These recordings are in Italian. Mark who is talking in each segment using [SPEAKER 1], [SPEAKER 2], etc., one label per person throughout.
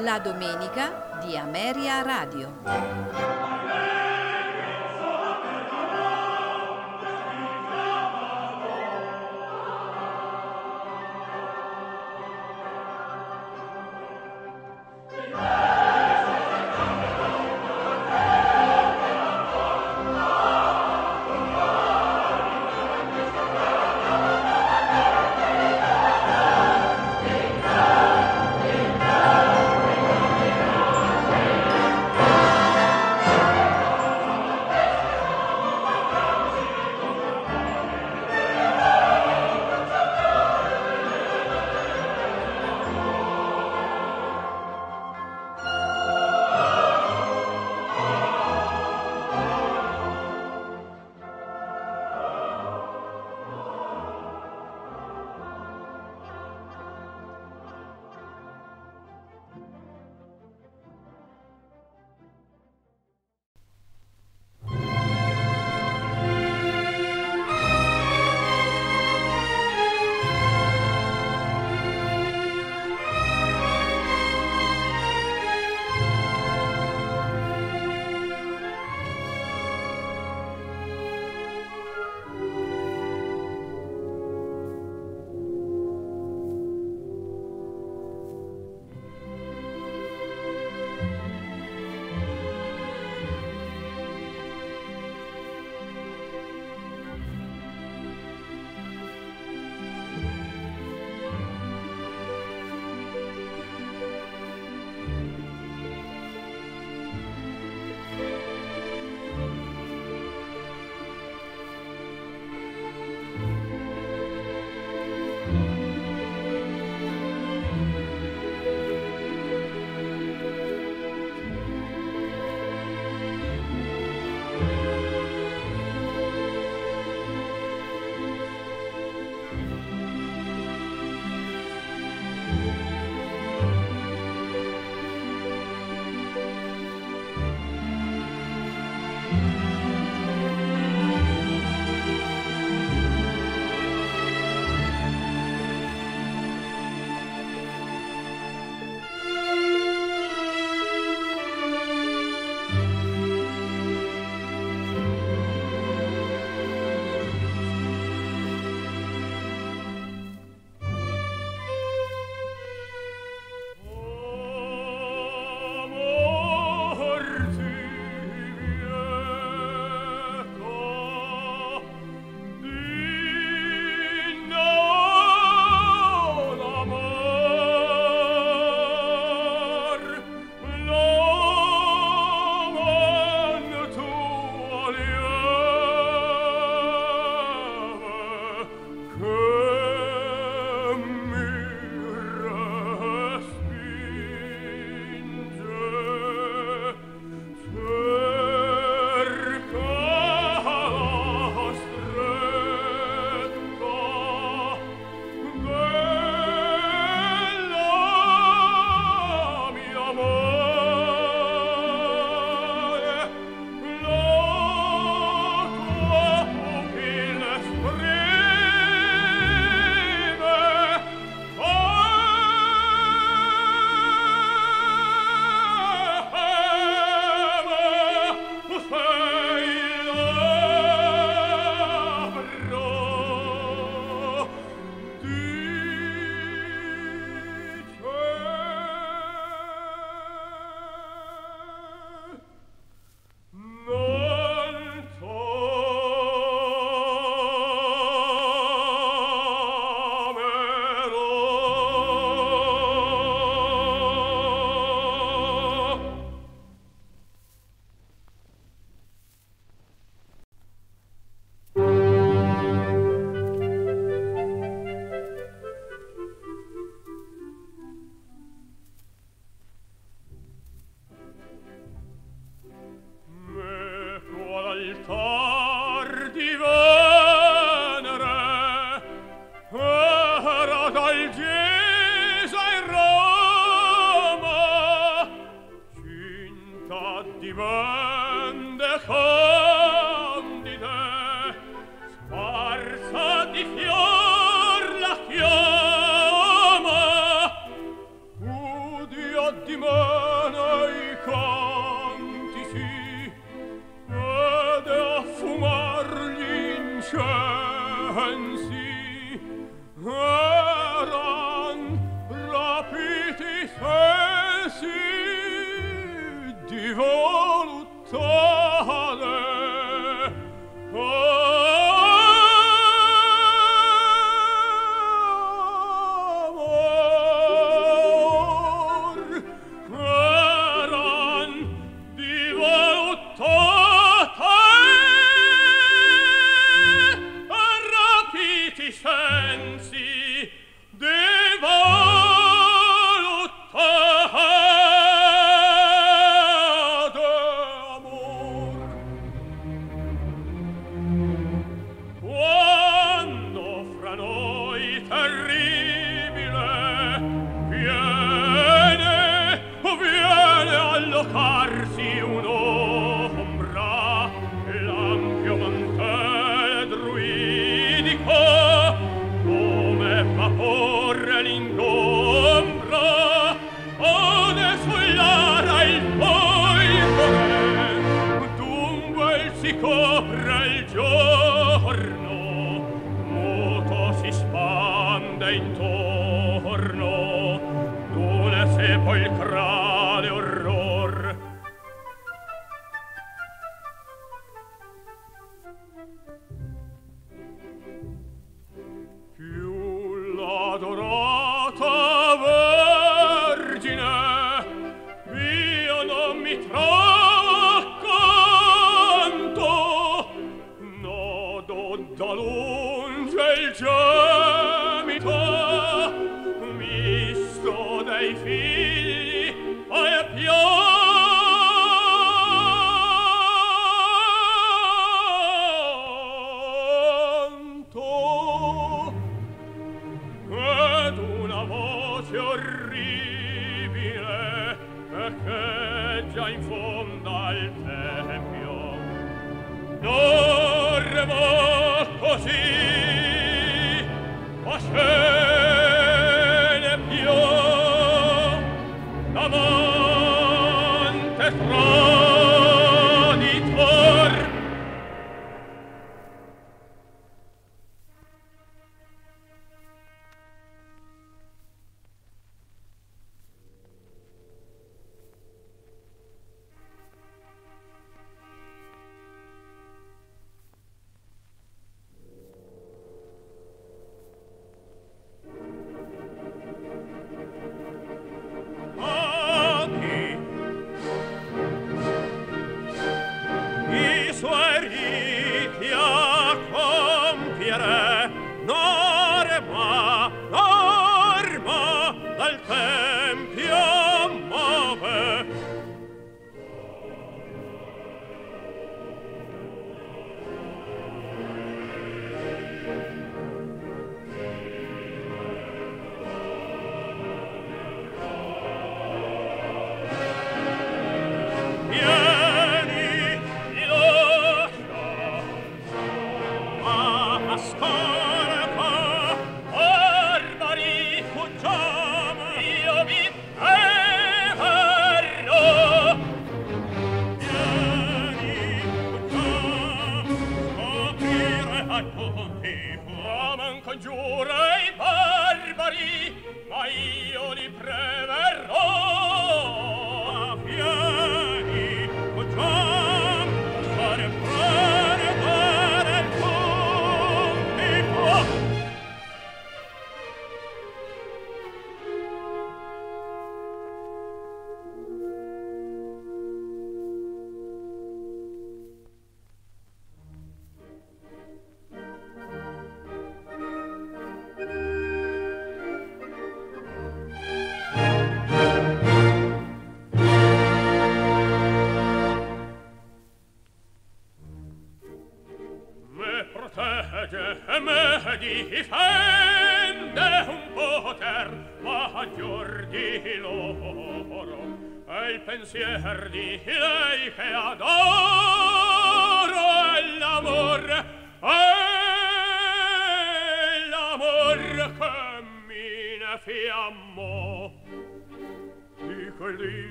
[SPEAKER 1] La domenica di Ameria Radio.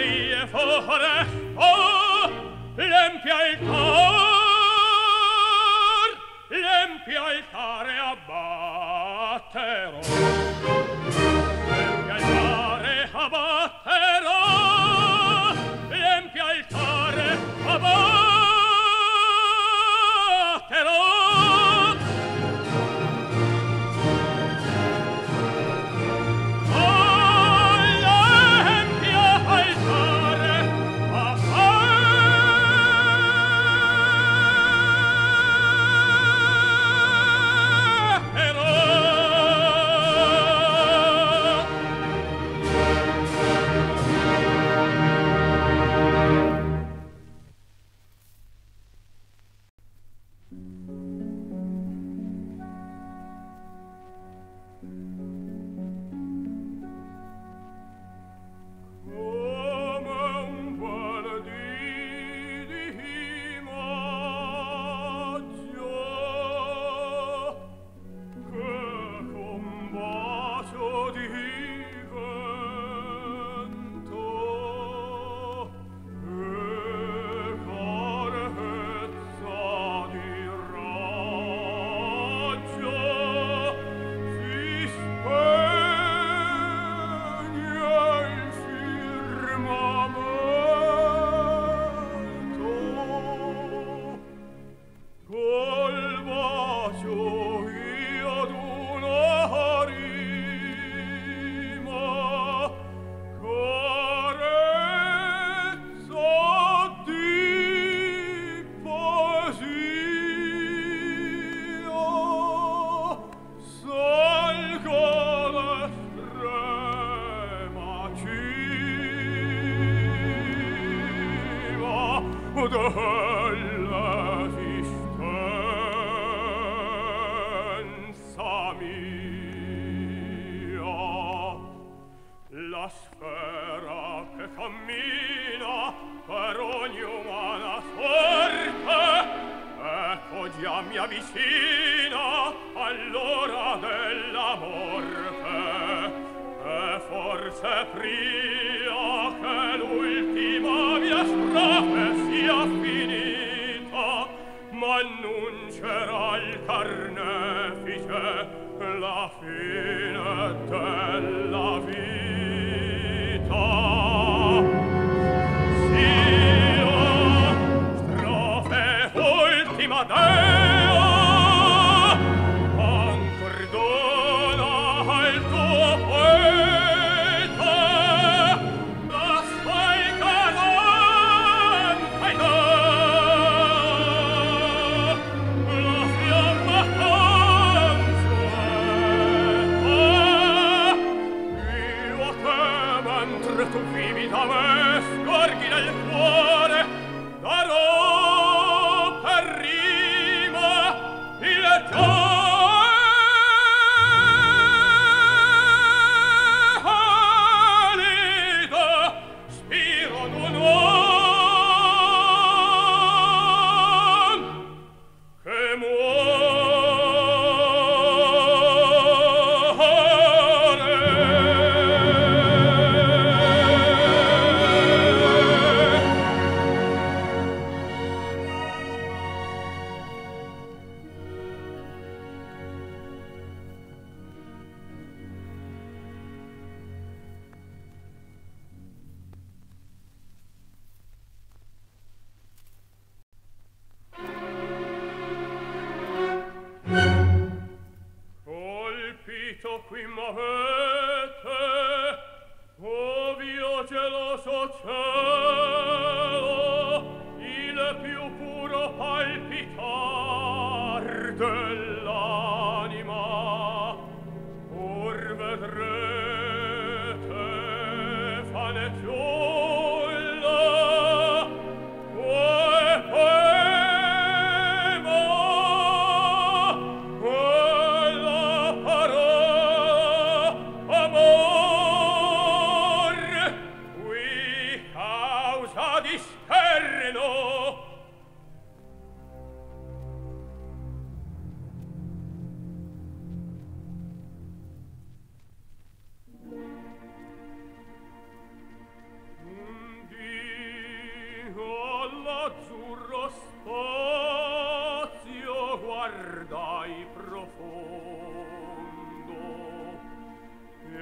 [SPEAKER 2] rie foresto, l'empio altare abbatterò. L'empio altare abbatterò, l'empio altare abbatterò.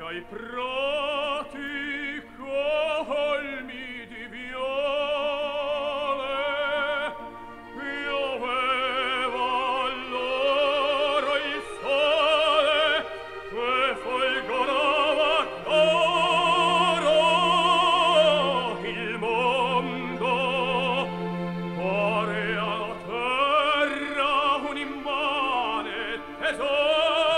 [SPEAKER 2] ai prati colmi di viole pioveva allora il sole e folgorava d'oro il mondo pare alla terra un immane tesoro.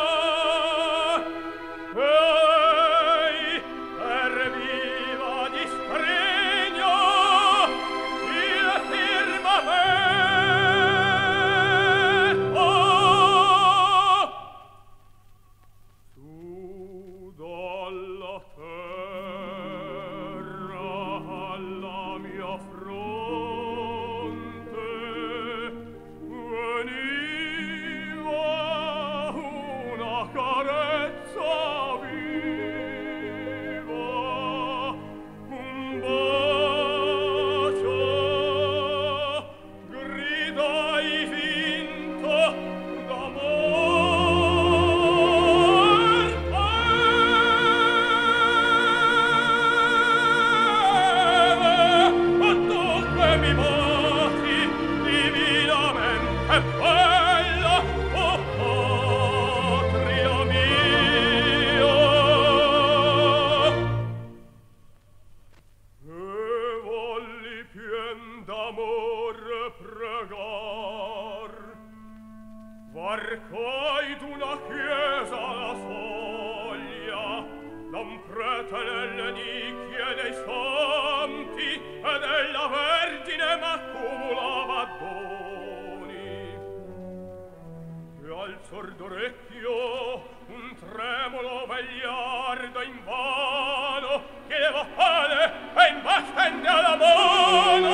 [SPEAKER 2] Varcai d'una chiesa la soglia, da un prete nelle nicchie dei santi e della Vergine m'accumulava doni. E al sordo orecchio un tremolo vegliardo invano chiedeva pane e in bastende alla mano.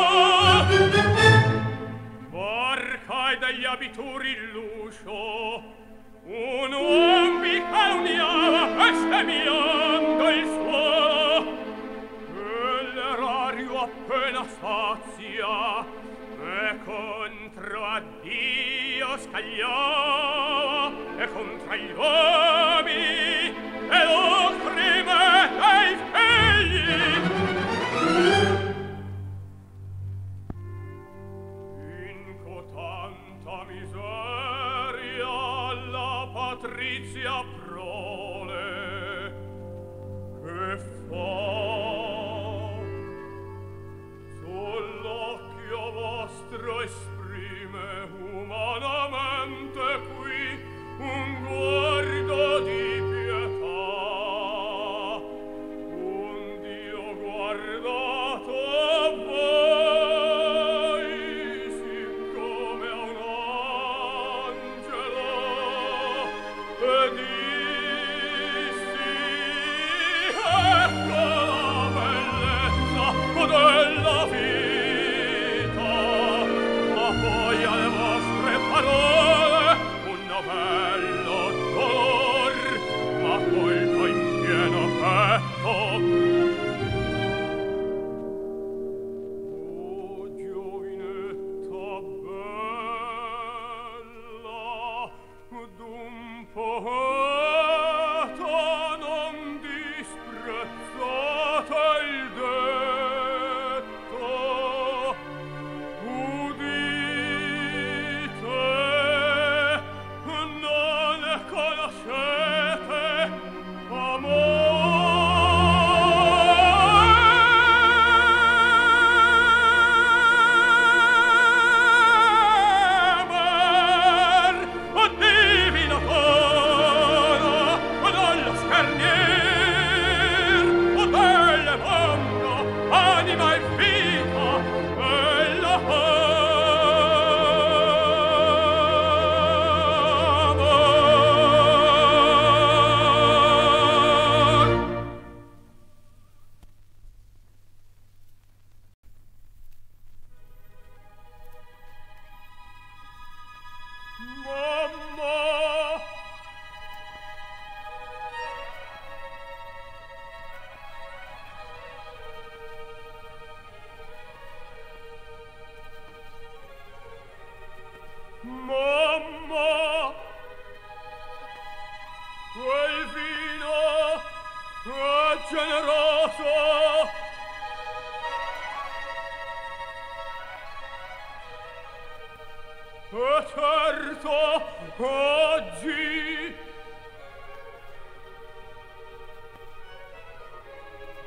[SPEAKER 2] Varcai degli abituri l'uscio, un uom vi calunniava bestemmiando il suolo, e l'erario appena sazia e contro a Dio scagliava e contra gli uomini e l'ocrime e i figli. Miseria la patrizia prole che fa sull'occhio vostro esprime umanamente qui un guardo di pietà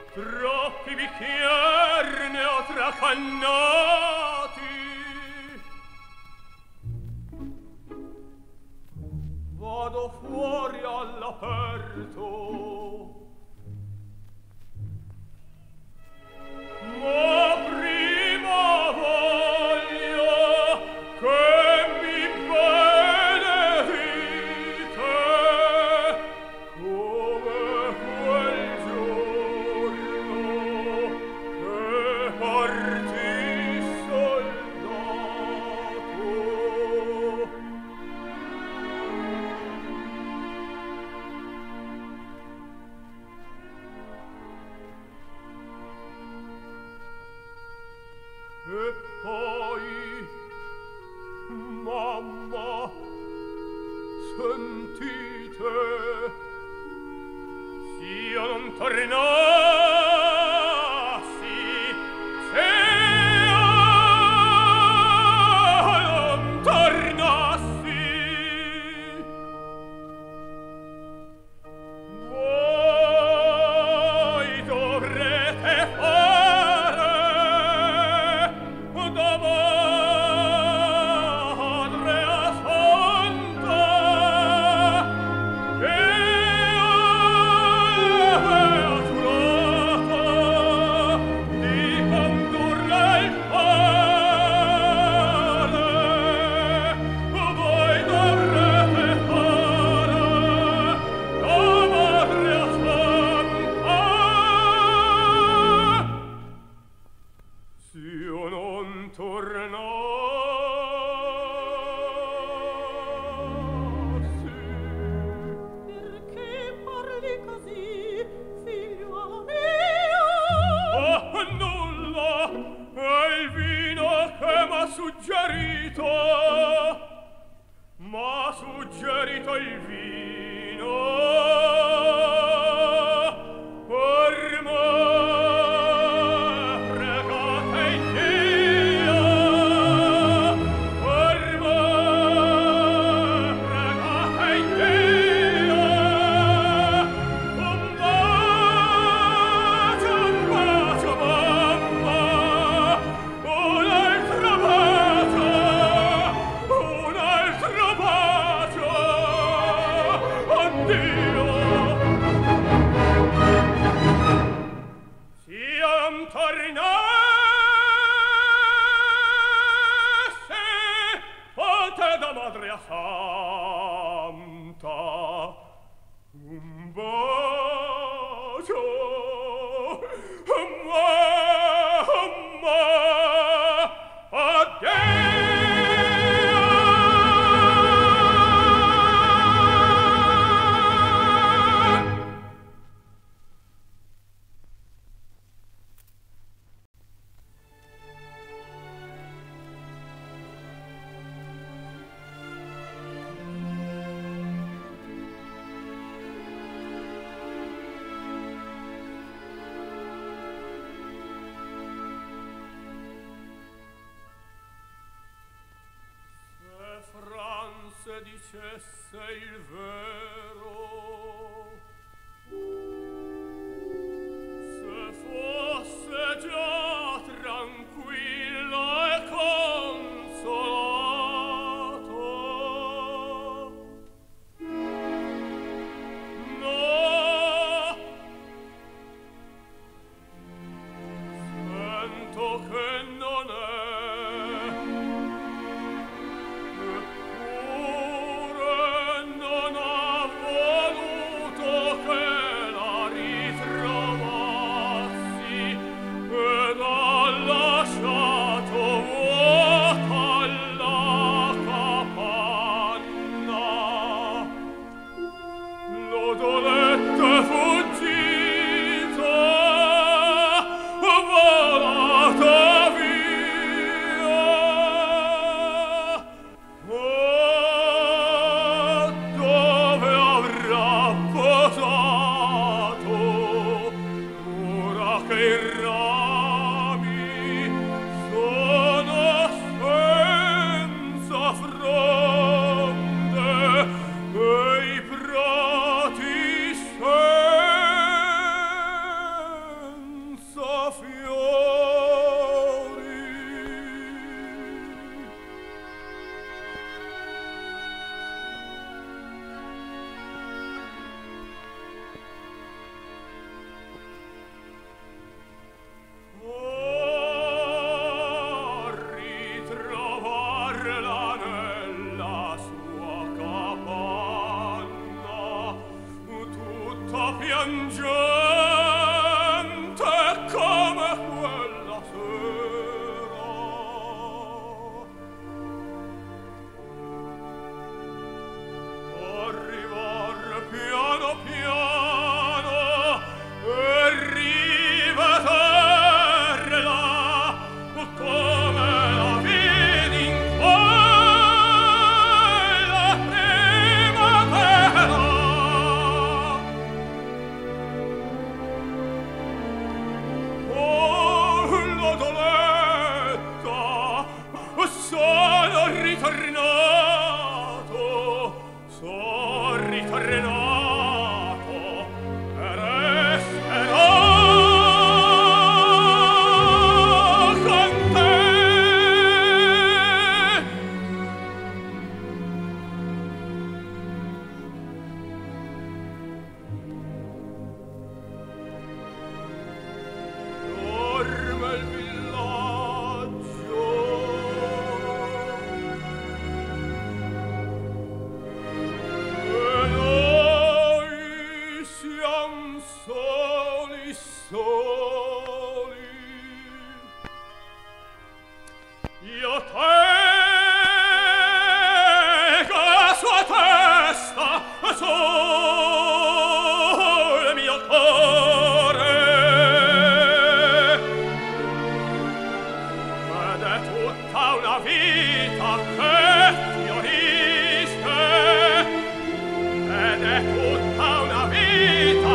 [SPEAKER 2] troppi bicchier ne ho tracannati. Vado fuori all'aperto, ma prima voglio che mi benedite come quel giorno che partì soldato. E poi, mamma, sentite, s'io non tornassi, se io non tornassi, voi dovrete fare da madre a santa, che aveva giurato di condurla al mare. Voi dovrete fare da madre a santa, s'io non tornassi.
[SPEAKER 3] Perché parli così, figliuolo mio?
[SPEAKER 2] Oh, nulla! È il vino che m'ha suggerito! M'ha suggerito il vino! Per me pregate Dio! Per me pregate Dio! Un bacio, mamma! Un altro bacio! Un altro bacio! Addio! S'io non tornassi, fate da madre a santa un bacio, mamma, addio! Se France dicesse il vero, se fosse già tranquillo e consolato, no, sento che non è. Eppure non ha voluto che la ritrovassi ed ha lasciato vuota la capanna. L'odoletta è fuggita, volata via. Oh, dove avrà posato ora che i rami sono senza fronde e i prati senza soli. Io tengo la sua testa sul mio cuore, ed è tutta una vita che fiorisce, ed è tutta una vita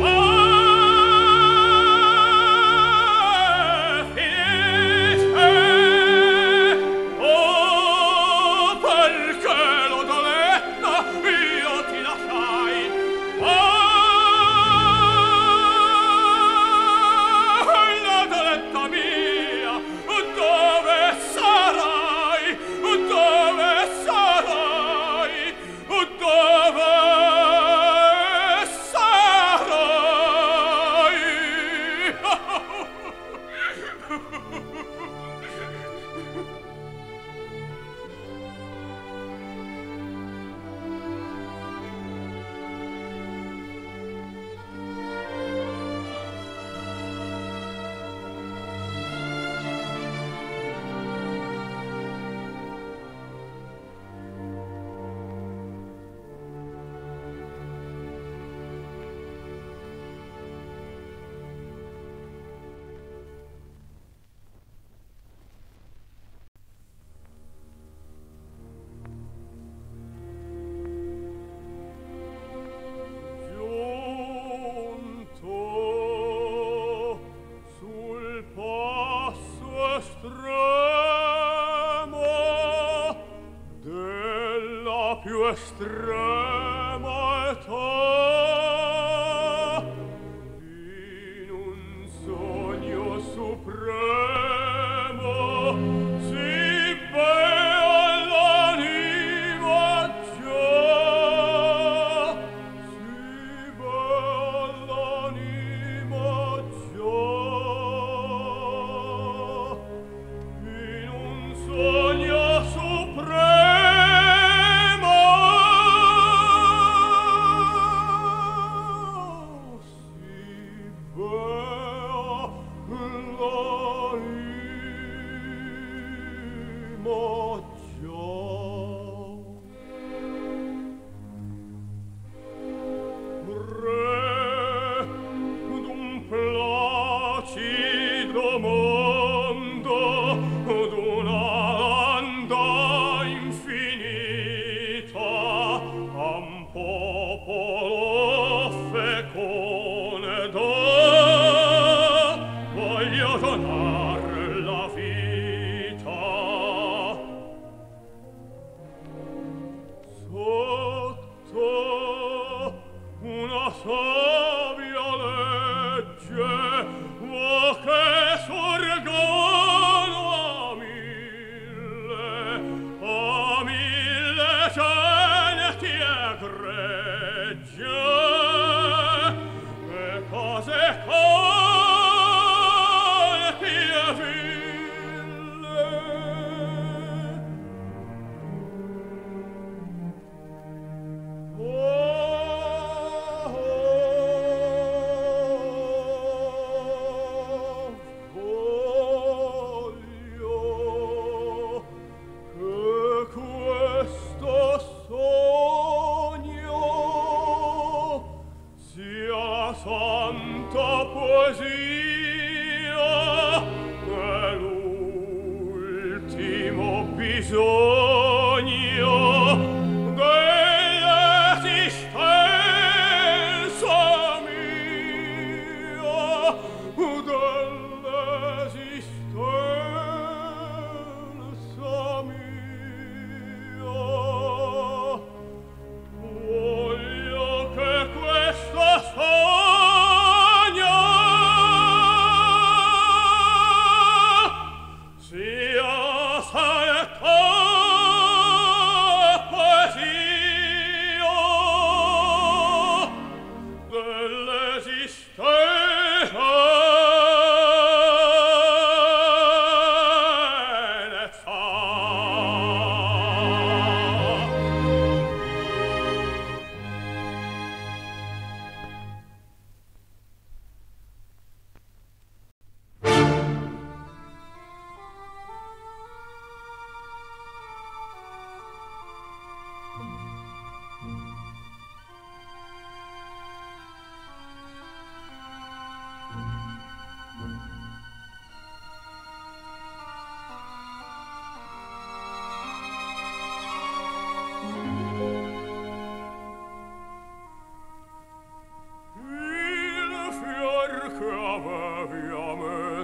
[SPEAKER 2] estrema età, in un sogno supremo si bea l'anima già, si bea l'anima già, in un sogno supremo.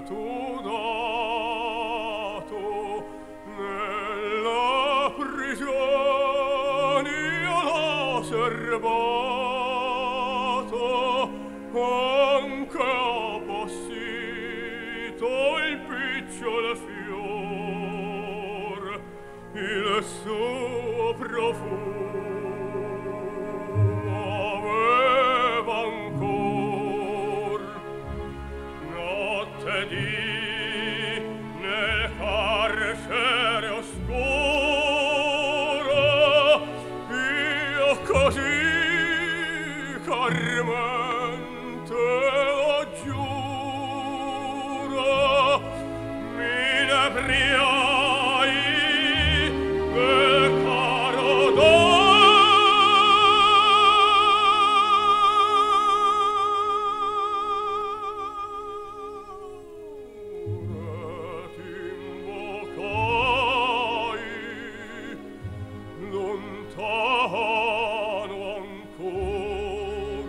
[SPEAKER 2] tu dato nella prigione io l'ho serbato anche appassito il picciol fior il suo profumo aveva ancor notte di nel carcere oscuro io così carmente lo giuro mi ne priai del caro lontano ancor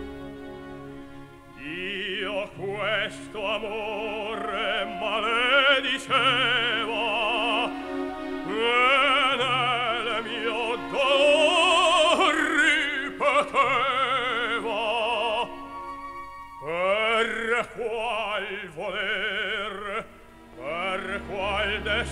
[SPEAKER 2] io questo amore malediceva e nel mio dolor ripeteva per qual voler per qual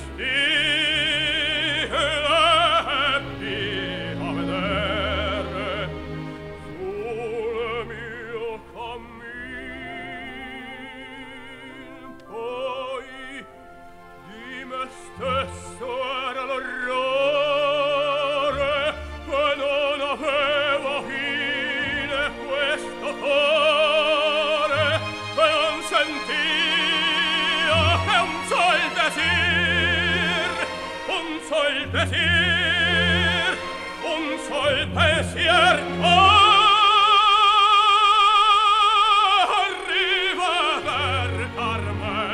[SPEAKER 2] destino ebbi a vedere sul mio cammin poi di me stesso era l'orrore e non avevo fine questo cuore e non sentia che un sol desir un sol pensier arriva per darme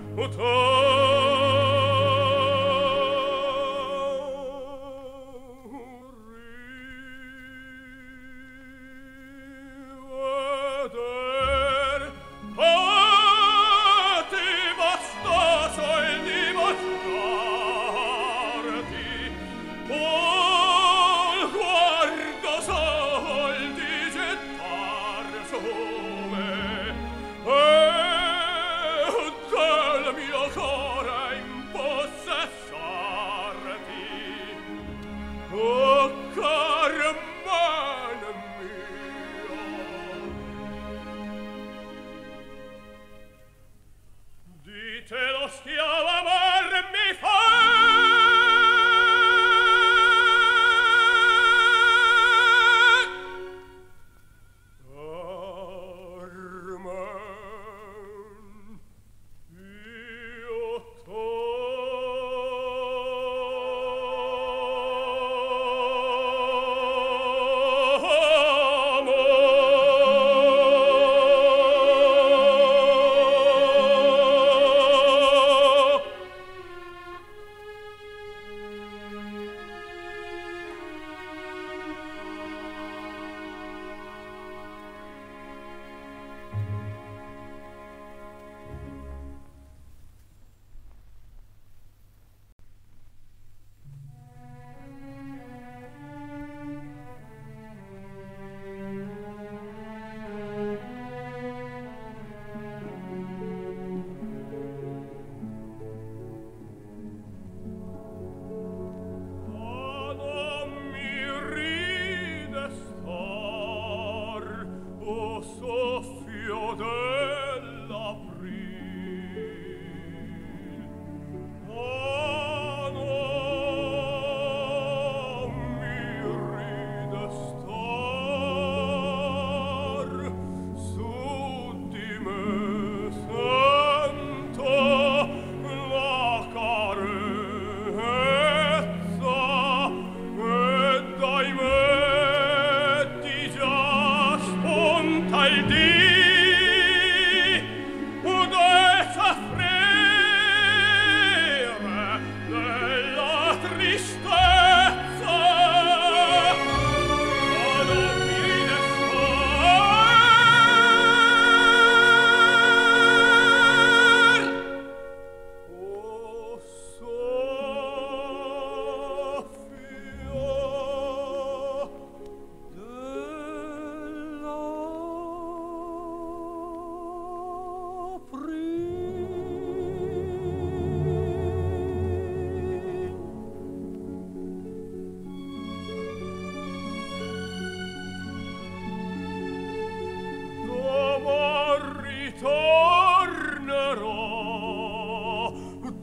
[SPEAKER 2] veder ti basta sol dimostrarti guardo sol di gettar su me del mio core impossessarti Carmen mia dite lo schiavo amor mi fa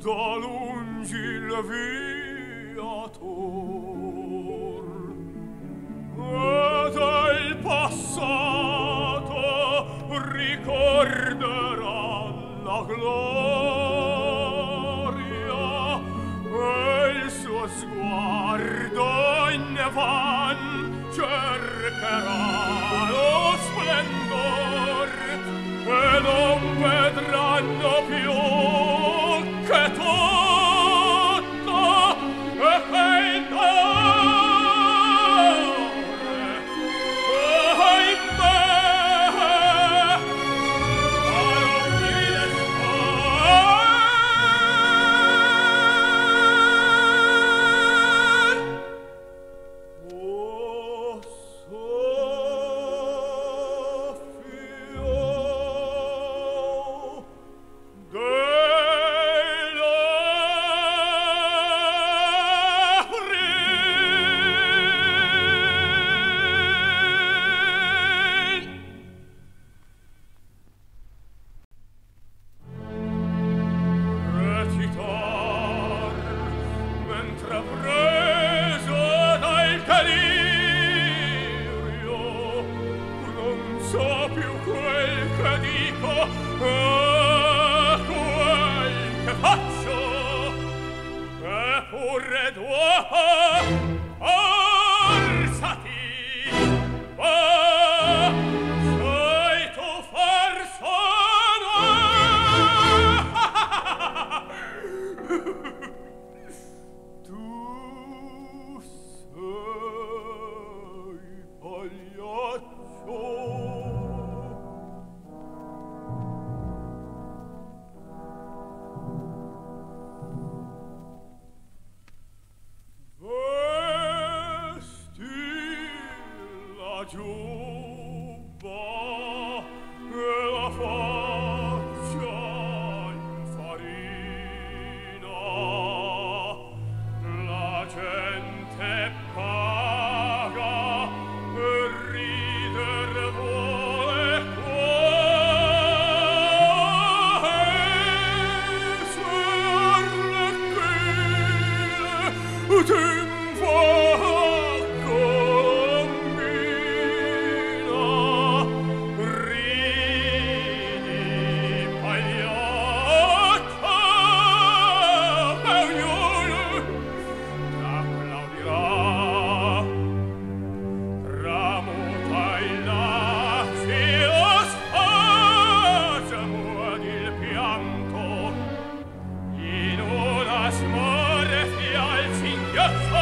[SPEAKER 2] da lungi il viator ed il passato ricorderà la gloria e il suo sguardo invan cercherà lo splendor e non vedranno più che tutto è
[SPEAKER 3] Yes!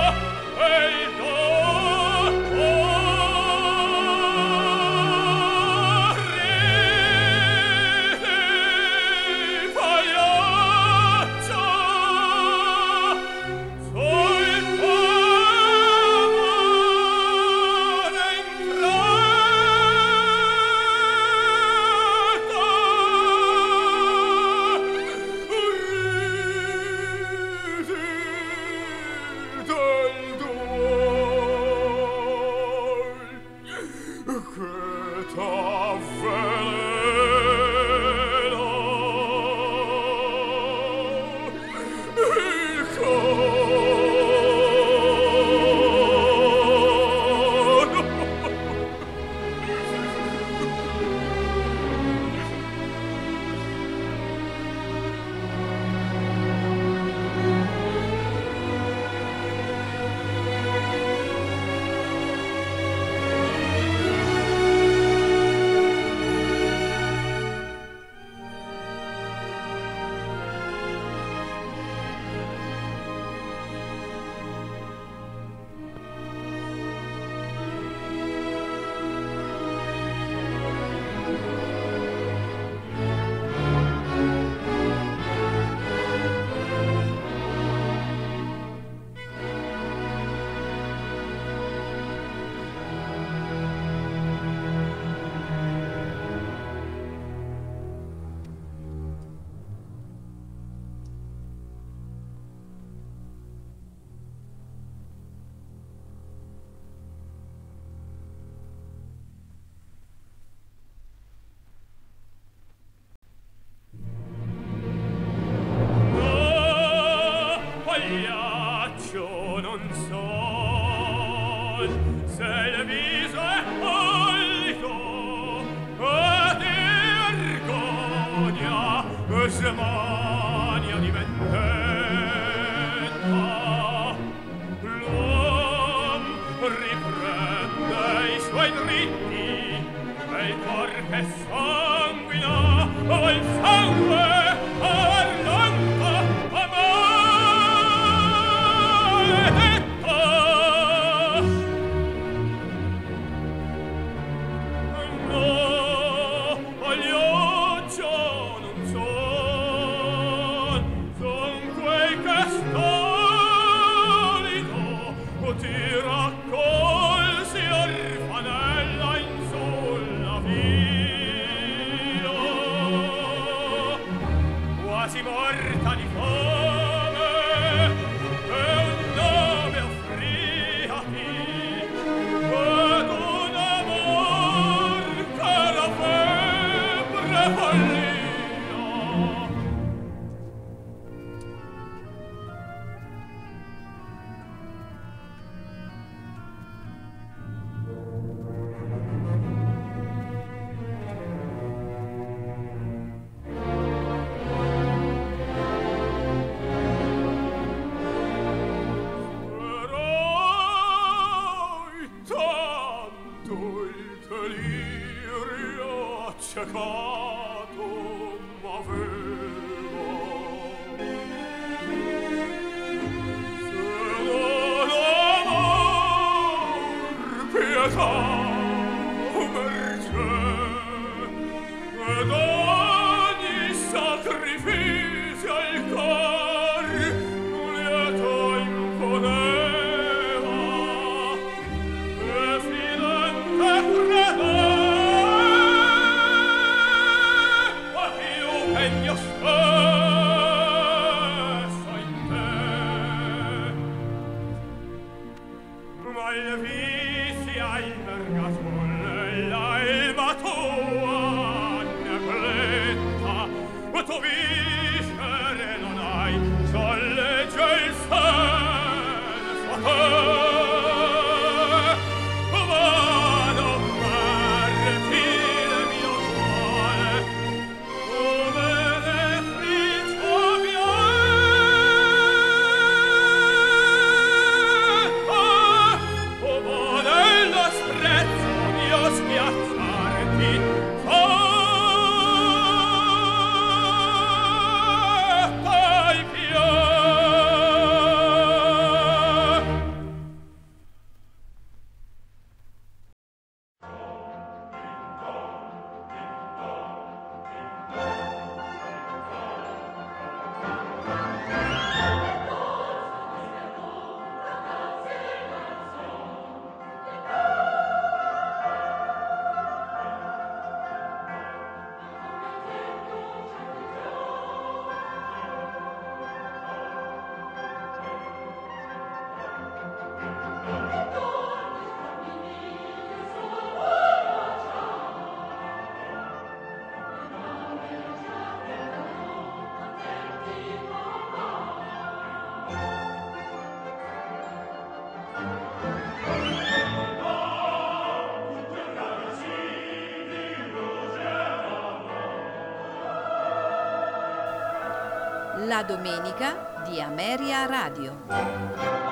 [SPEAKER 2] se il viso è pulito ed vergogna smania di vendetta, l'uom riprende i suoi dritti e il cor che sanguina il sangue arlanta maledetta. No, gli occhio non son quei che stolido ti raccolsi orfanella in sulla via, quasi morta di fame, e un nome offriati ed un amor che la febbre follia. Erai tanto il delirio accecato m'aveva, se non amor, pietà, mercé ed ogni sacrificio al cor lieto imponeva, e finente credeva più che mio stesso in te. Ma il vizia il vergatolle l'alba tua negletta, tu viscere non hai, sollegge il senso a te. Vado parti il mio cuore, come beneficio vieta, o nello sprezzo mio schiacciarti, sotto ai piedi.
[SPEAKER 1] La domenica di Ameria Radio.